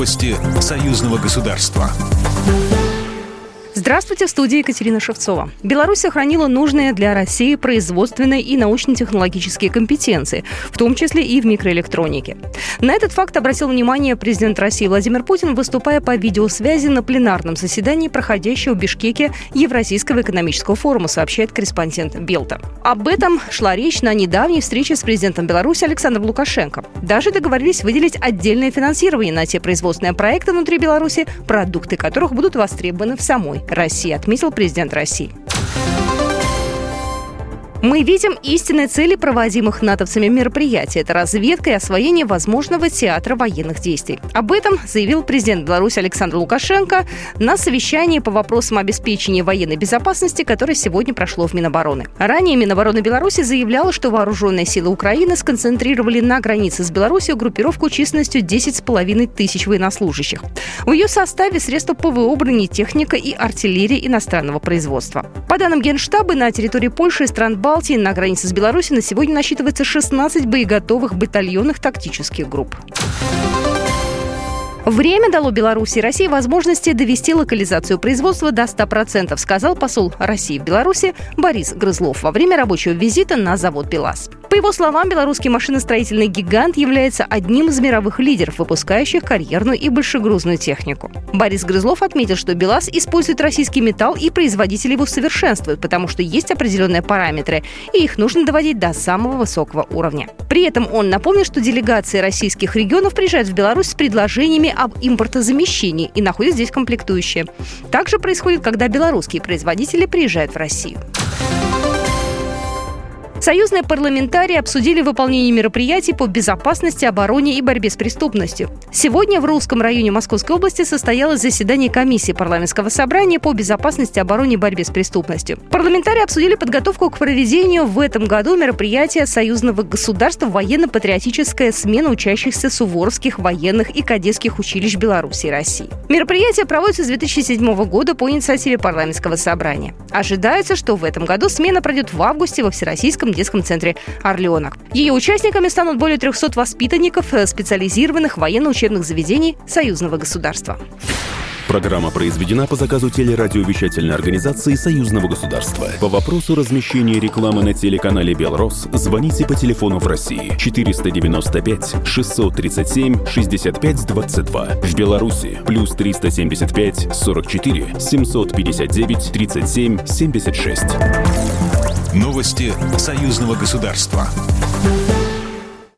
Новости союзного государства. Здравствуйте, в студии Екатерина Шевцова. Беларусь сохранила нужные для России производственные и научно-технологические компетенции, в том числе и в микроэлектронике. На этот факт обратил внимание президент России Владимир Путин, выступая по видеосвязи на пленарном заседании, проходящего в Бишкеке Евразийского экономического форума, сообщает корреспондент Белта. Об этом шла речь на недавней встрече с президентом Беларуси Александром Лукашенко. Даже договорились выделить отдельное финансирование на те производственные проекты внутри Беларуси, продукты которых будут востребованы в самой России, отметил президент России. Мы видим истинные цели проводимых натовцами мероприятий. Это разведка и освоение возможного театра военных действий. Об этом заявил президент Беларуси Александр Лукашенко на совещании по вопросам обеспечения военной безопасности, которое сегодня прошло в Минобороны. Ранее Минобороны Беларуси заявляло, что вооруженные силы Украины сконцентрировали на границе с Беларусью группировку численностью 10,5 тысяч военнослужащих. В ее составе средства ПВО, бронетехника и артиллерия иностранного производства. По данным Генштаба, на территории Польши и стран Балтии на границе с Беларусью на сегодня насчитывается 16 боеготовых батальонных тактических групп. Время дало Беларуси и России возможности довести локализацию производства до 100%, сказал посол России в Беларуси Борис Грызлов во время рабочего визита на завод «БелАЗ». По его словам, белорусский машиностроительный гигант является одним из мировых лидеров, выпускающих карьерную и большегрузную технику. Борис Грызлов отметил, что БелАЗ использует российский металл, и производители его совершенствуют, потому что есть определенные параметры, и их нужно доводить до самого высокого уровня. При этом он напомнил, что делегации российских регионов приезжают в Беларусь с предложениями об импортозамещении и находят здесь комплектующие. Также происходит, когда белорусские производители приезжают в Россию. Союзные парламентарии обсудили выполнение мероприятий по безопасности, обороне и борьбе с преступностью. Сегодня в Русском районе Московской области состоялось заседание комиссии парламентского собрания по безопасности, обороне и борьбе с преступностью. Парламентарии обсудили подготовку к проведению в этом году мероприятия союзного государства «Военно-патриотическая смена учащихся суворовских военных и кадетских училищ Беларуси и России». Мероприятие проводится с 2007 года по инициативе парламентского собрания. Ожидается, что в этом году смена пройдет в августе во Всероссийском детском центре «Орленок». Ее участниками станут более 300 воспитанников специализированных военно-учебных заведений союзного государства. Программа произведена по заказу телерадиовещательной организации Союзного государства. По вопросу размещения рекламы на телеканале «Белрос» звоните по телефону в России 495 637 65 22. В Беларуси плюс 375 44 759 37 76. Новости союзного государства.